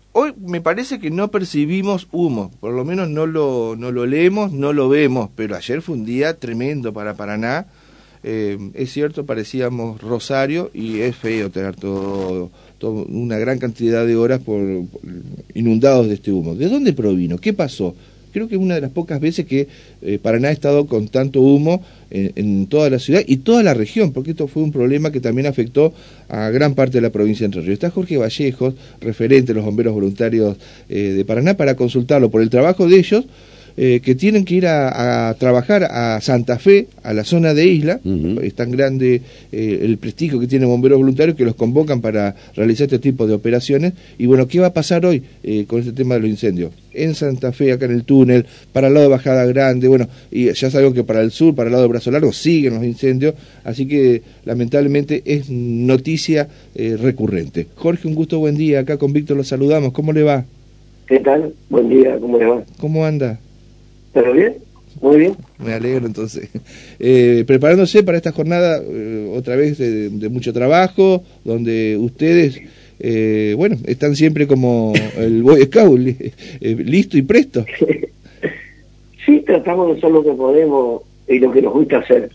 hoy me parece que no percibimos humo, por lo menos no lo leemos, no lo vemos, pero ayer fue un día tremendo para Paraná. Es cierto, parecíamos Rosario y es feo tener todo una gran cantidad de horas por inundados de este humo. ¿De dónde provino? ¿Qué pasó? Creo que es una de las pocas veces que Paraná ha estado con tanto humo en toda la ciudad y toda la región, porque esto fue un problema que también afectó a gran parte de la provincia de Entre Ríos. Está Jorge Vallejos, referente de los bomberos voluntarios de Paraná, para consultarlo por el trabajo de ellos, que tienen que ir a trabajar a Santa Fe, a la zona de Isla. Es tan grande el prestigio que tienen bomberos voluntarios que los convocan para realizar este tipo de operaciones. Y bueno, ¿qué va a pasar hoy con este tema de los incendios? En Santa Fe, acá en el túnel, para el lado de Bajada Grande, bueno, y ya sabemos que para el sur, para el lado de Brazo Largo, siguen los incendios, así que lamentablemente es noticia recurrente. Jorge, un gusto, buen día, acá con Víctor lo saludamos, ¿cómo le va? ¿Qué tal? Buen día, ¿cómo le va? ¿Cómo anda? ¿Todo bien? Muy bien. Me alegro entonces. Preparándose para esta jornada otra vez de mucho trabajo, donde ustedes, bueno, están siempre como el Boy Scout, listo y presto. Sí, tratamos de hacer lo que podemos y lo que nos gusta hacer.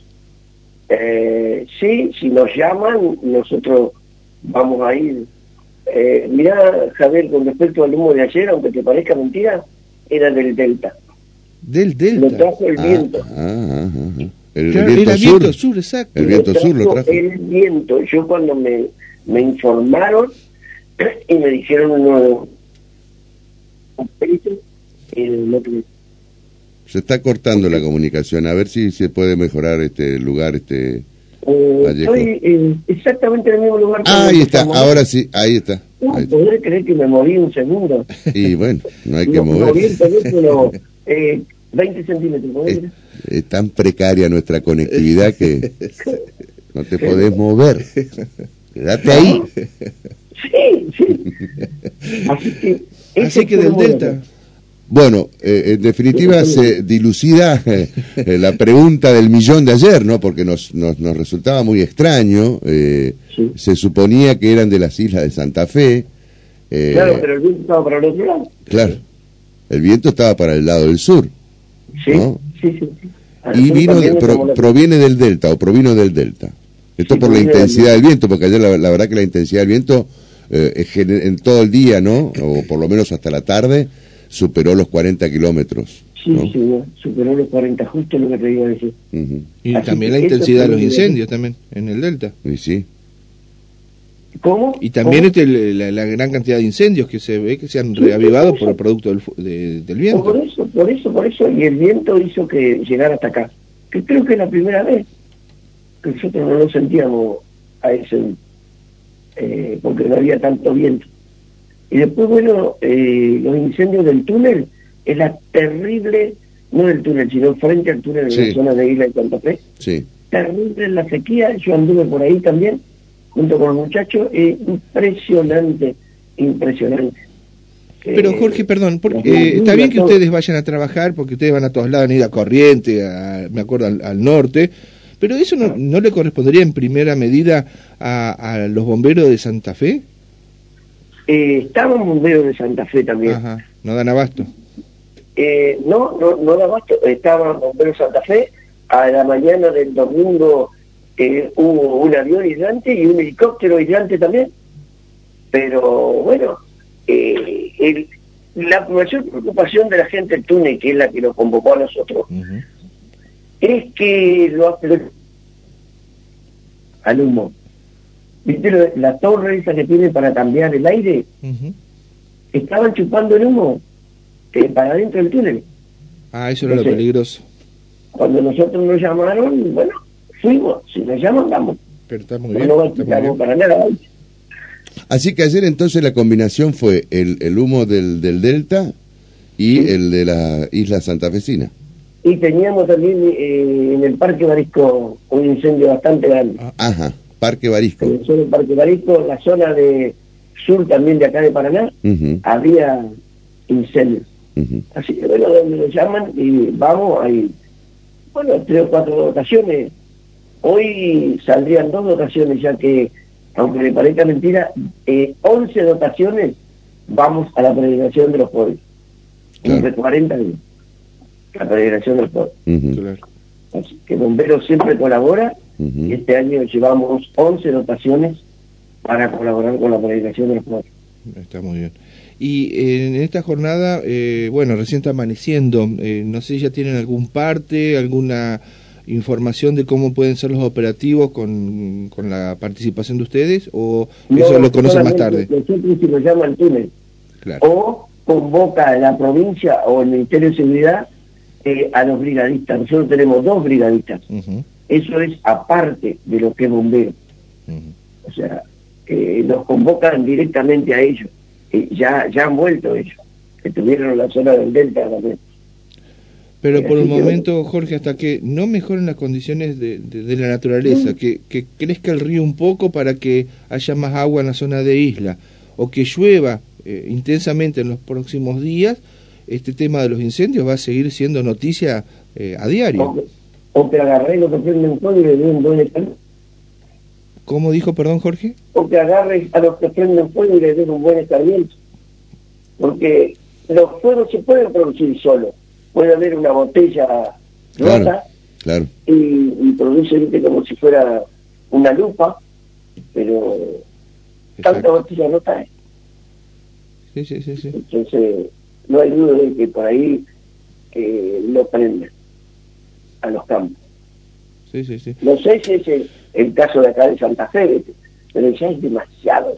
Sí, si nos llaman, nosotros vamos a ir. Mirá, Javier, con respecto al humo de ayer, aunque te parezca mentira, era del Delta. Del Delta. Lo trajo el viento. El viento sur, exacto. El viento sur lo trajo. El viento. Yo cuando me informaron y me dijeron un perito, se está cortando la comunicación. A ver si se puede mejorar este lugar, estoy exactamente en el mismo lugar. Ahí está, ahora sí, ahí está. ¿Podés creer que me moví un segundo? Y bueno, no hay que mover. Moví el teléfono 20 centímetros. Es tan precaria nuestra conectividad que no te podés mover. Quédate ahí. Sí. Así que del Delta. Bueno, en definitiva se dilucida la pregunta del millón de ayer, ¿no? Porque nos resultaba muy extraño. Sí. Se suponía que eran de las islas de Santa Fe. Claro, pero el viento estaba para el otro lado. Claro, el viento estaba para el lado del sur. Sí, ¿no? sí. Y proviene del delta, o provino del delta. Esto por la intensidad del viento, porque ayer la verdad que la intensidad del viento en todo el día, ¿no? O por lo menos hasta la tarde, superó los 40 kilómetros. Sí, ¿no? Sí, superó los 40, justo lo que te iba a decir. Y así también la intensidad de los incendios también, en el delta. Y sí. ¿Cómo? Y también la gran cantidad de incendios que se ve que se han reavivado por el producto del viento. Por eso, y el viento hizo que llegara hasta acá. Que creo que es la primera vez que nosotros no lo sentíamos a ese, porque no había tanto viento. Y después, bueno, los incendios del túnel, es la terrible, no del túnel, sino frente al túnel en la zona de Isla de Santa Fe. Sí. Terrible la sequía, yo anduve por ahí también, junto con los muchachos, impresionante. Pero Jorge, perdón, porque está bien que ustedes vayan a trabajar, porque ustedes van a todos lados, han ido a Corrientes, me acuerdo al norte, pero ¿eso no le correspondería en primera medida a los bomberos de Santa Fe? Estaban bomberos de Santa Fe también. Ajá, no dan abasto. No dan abasto, estaban bomberos de Santa Fe. A la mañana del domingo hubo un avión hidrante y un helicóptero hidrante también. Pero bueno, la mayor preocupación de la gente del túnel, que es la que nos convocó a nosotros, es que al humo. ¿Viste la torre esa que tiene para cambiar el aire? Estaban chupando el humo para adentro del túnel. Eso era lo peligroso. Cuando nosotros nos llamaron, bueno, fuimos. Si nos llaman, vamos. Pero está muy bien. No vamos para nada. Así que ayer entonces la combinación fue el humo del Delta y el de la isla santafesina. Y teníamos también en el Parque Barisco un incendio bastante grande. Ajá, Parque Barisco. En el Parque Barisco, la zona de sur también de acá de Paraná, había incendios. Así que bueno, donde nos llaman y vamos, hay, bueno, 3 o 4 dotaciones. Hoy saldrían 2 dotaciones, ya que, aunque me parezca mentira, 11 dotaciones vamos a la peregrinación de los pobres. Claro. Entre 40 días. La peregrinación de los pobres. Claro. Así que Bomberos siempre colabora, y este año llevamos 11 dotaciones para colaborar con la peregrinación de los pobres. Está muy bien. Y en esta jornada, bueno, recién está amaneciendo, no sé si ya tienen algún parte, alguna información de cómo pueden ser los operativos con la participación de ustedes, o eso lo conocen más tarde. Nosotros se lo llama el túnel. Claro. O convoca a la provincia o el Ministerio de Seguridad a los brigadistas. Nosotros tenemos 2 brigadistas. Eso es aparte de lo que es bombero. O sea, nos convocan directamente a ellos. Ya han vuelto ellos. Estuvieron en la zona del Delta también. Pero por el momento, Jorge, hasta que no mejoren las condiciones de la naturaleza, que crezca el río un poco para que haya más agua en la zona de isla, o que llueva intensamente en los próximos días, este tema de los incendios va a seguir siendo noticia a diario. O que agarré lo que prenden fuego y le den un buen escarmiento. ¿Cómo dijo, perdón, Jorge? O que agarres a los que prenden fuego y les den un buen escarmiento. Porque los fuegos se pueden producir solos. Puede haber una botella rota, claro. Y produce, ¿viste?, como si fuera una lupa, pero tanta botella rota es. Sí. Entonces, no hay duda de que por ahí lo prenden a los campos. Sí. No sé si es el caso de acá de Santa Fe, pero ya es demasiado.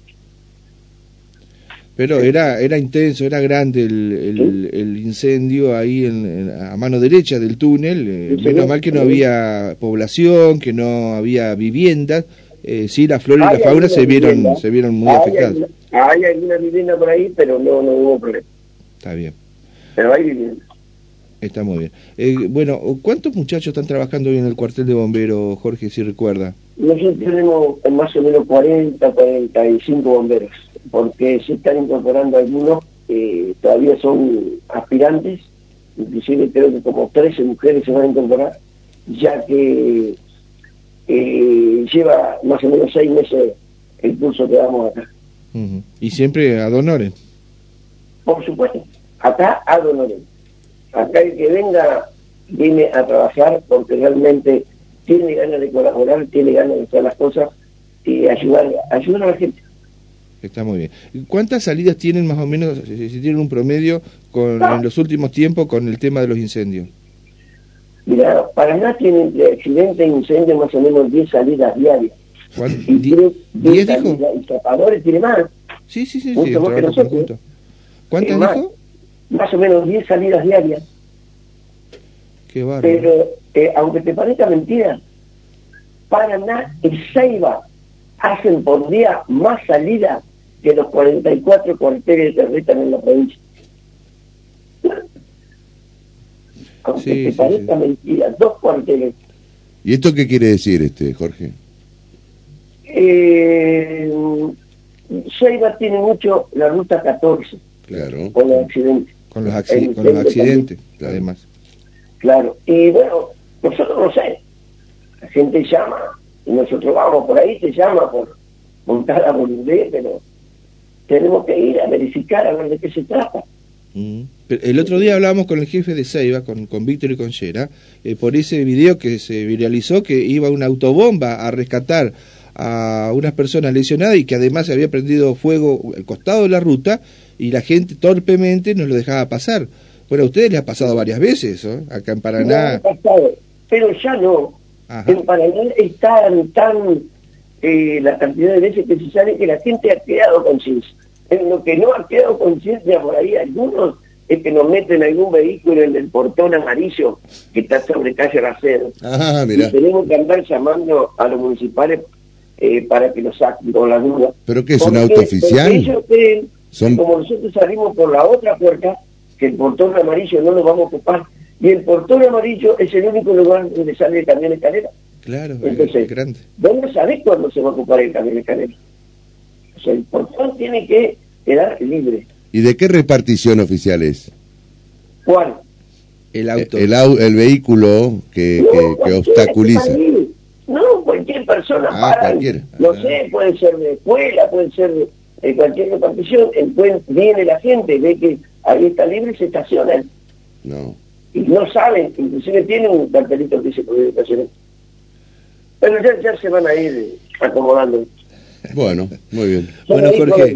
Pero era intenso, era grande el incendio ahí a mano derecha del túnel. Menos mal que no había población, que no había viviendas. Sí, la flora y la fauna se vieron muy afectadas. Hay alguna vivienda por ahí, pero no hubo problema. Está bien. Pero hay vivienda. Está muy bien. Bueno, ¿cuántos muchachos están trabajando hoy en el cuartel de bomberos, Jorge, si recuerda? Nosotros tenemos más o menos 45 bomberos, porque se están incorporando algunos que todavía son aspirantes, inclusive creo que como 13 mujeres se van a incorporar, ya que lleva más o menos 6 meses el curso que damos acá. Y siempre ad honorem. Por supuesto, acá ad honorem. Acá el que venga viene a trabajar porque realmente tiene ganas de colaborar, tiene ganas de hacer las cosas y ayudar a la gente. Está muy bien. ¿Cuántas salidas tienen más o menos, si tienen un promedio, en los últimos tiempos con el tema de los incendios? Mira, Paraná tiene entre accidentes e incendios más o menos 10 salidas diarias. Y tiene 10 dijo? Y Zapadores tiene más. Sí, mucho más que nosotros. ¿Cuántas dijo? Más o menos 10 salidas diarias. Qué bárbaro. Pero, aunque te parezca mentira, Paraná y Ceiba hacen por día más salidas que los 44 cuarteles que restan en la provincia. Aunque te parezca mentira, 2 cuarteles. ¿Y esto qué quiere decir, Jorge? Ceiba tiene mucho la ruta 14. Claro. Con los accidentes. Con los accidentes, claro. Además. Claro. Y bueno, nosotros no sé. La gente llama y nosotros vamos por ahí, se llama por cada boludez, pero tenemos que ir a verificar a ver de qué se trata. El otro día hablábamos con el jefe de Ceiba, con Víctor y con Yera, por ese video que se viralizó, que iba una autobomba a rescatar a unas personas lesionadas y que además se había prendido fuego al costado de la ruta y la gente torpemente nos lo dejaba pasar. Bueno, a ustedes les ha pasado varias veces, ¿no? Acá en Paraná. No, ha pasado, pero ya no. Ajá. En Paraná está tan la cantidad de veces que se sabe que la gente ha creado conciencia. En lo que no ha creado conciencia por ahí algunos es que nos meten algún vehículo en el portón amarillo que está sobre calle Racero. Mira. Y tenemos que andar llamando a los municipales para que nos saquen con la duda. ¿Pero qué es un auto oficial? Porque ellos creen, como nosotros salimos por la otra puerta, que el portón amarillo no lo vamos a ocupar. Y el portón amarillo es el único lugar donde sale el camión escalera. Claro, entonces, es grande. ¿Dónde sabés cuándo se va a ocupar el camión escalera? O sea, el portón tiene que quedar libre. ¿Y de qué repartición oficial es? ¿Cuál? El auto. El vehículo que obstaculiza. No, cualquier persona para. Cualquiera. No sé, puede ser de escuela, puede ser cualquier repartición, viene la gente, ve que ahí está libre y se estacionan. No. Y no saben, inclusive tienen un cartelito que dice prohibido estacionar. Pero ya se van a ir acomodando. Bueno, muy bien. Bueno,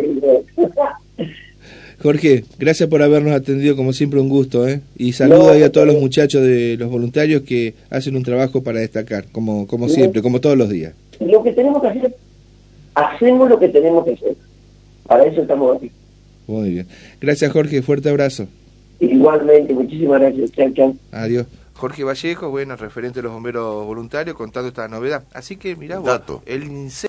Jorge, gracias por habernos atendido, como siempre un gusto, ¿eh? Y saludo ahí a todos los muchachos de los voluntarios que hacen un trabajo para destacar, como siempre, como todos los días. Lo que tenemos que hacer, hacemos lo que tenemos que hacer. Para eso estamos aquí. Muy bien. Gracias, Jorge, fuerte abrazo. Igualmente, muchísimas gracias. Chao, chao. Adiós. Jorge Vallejo, bueno, referente de los bomberos voluntarios, contando esta novedad. Así que, mirá vos, el incendio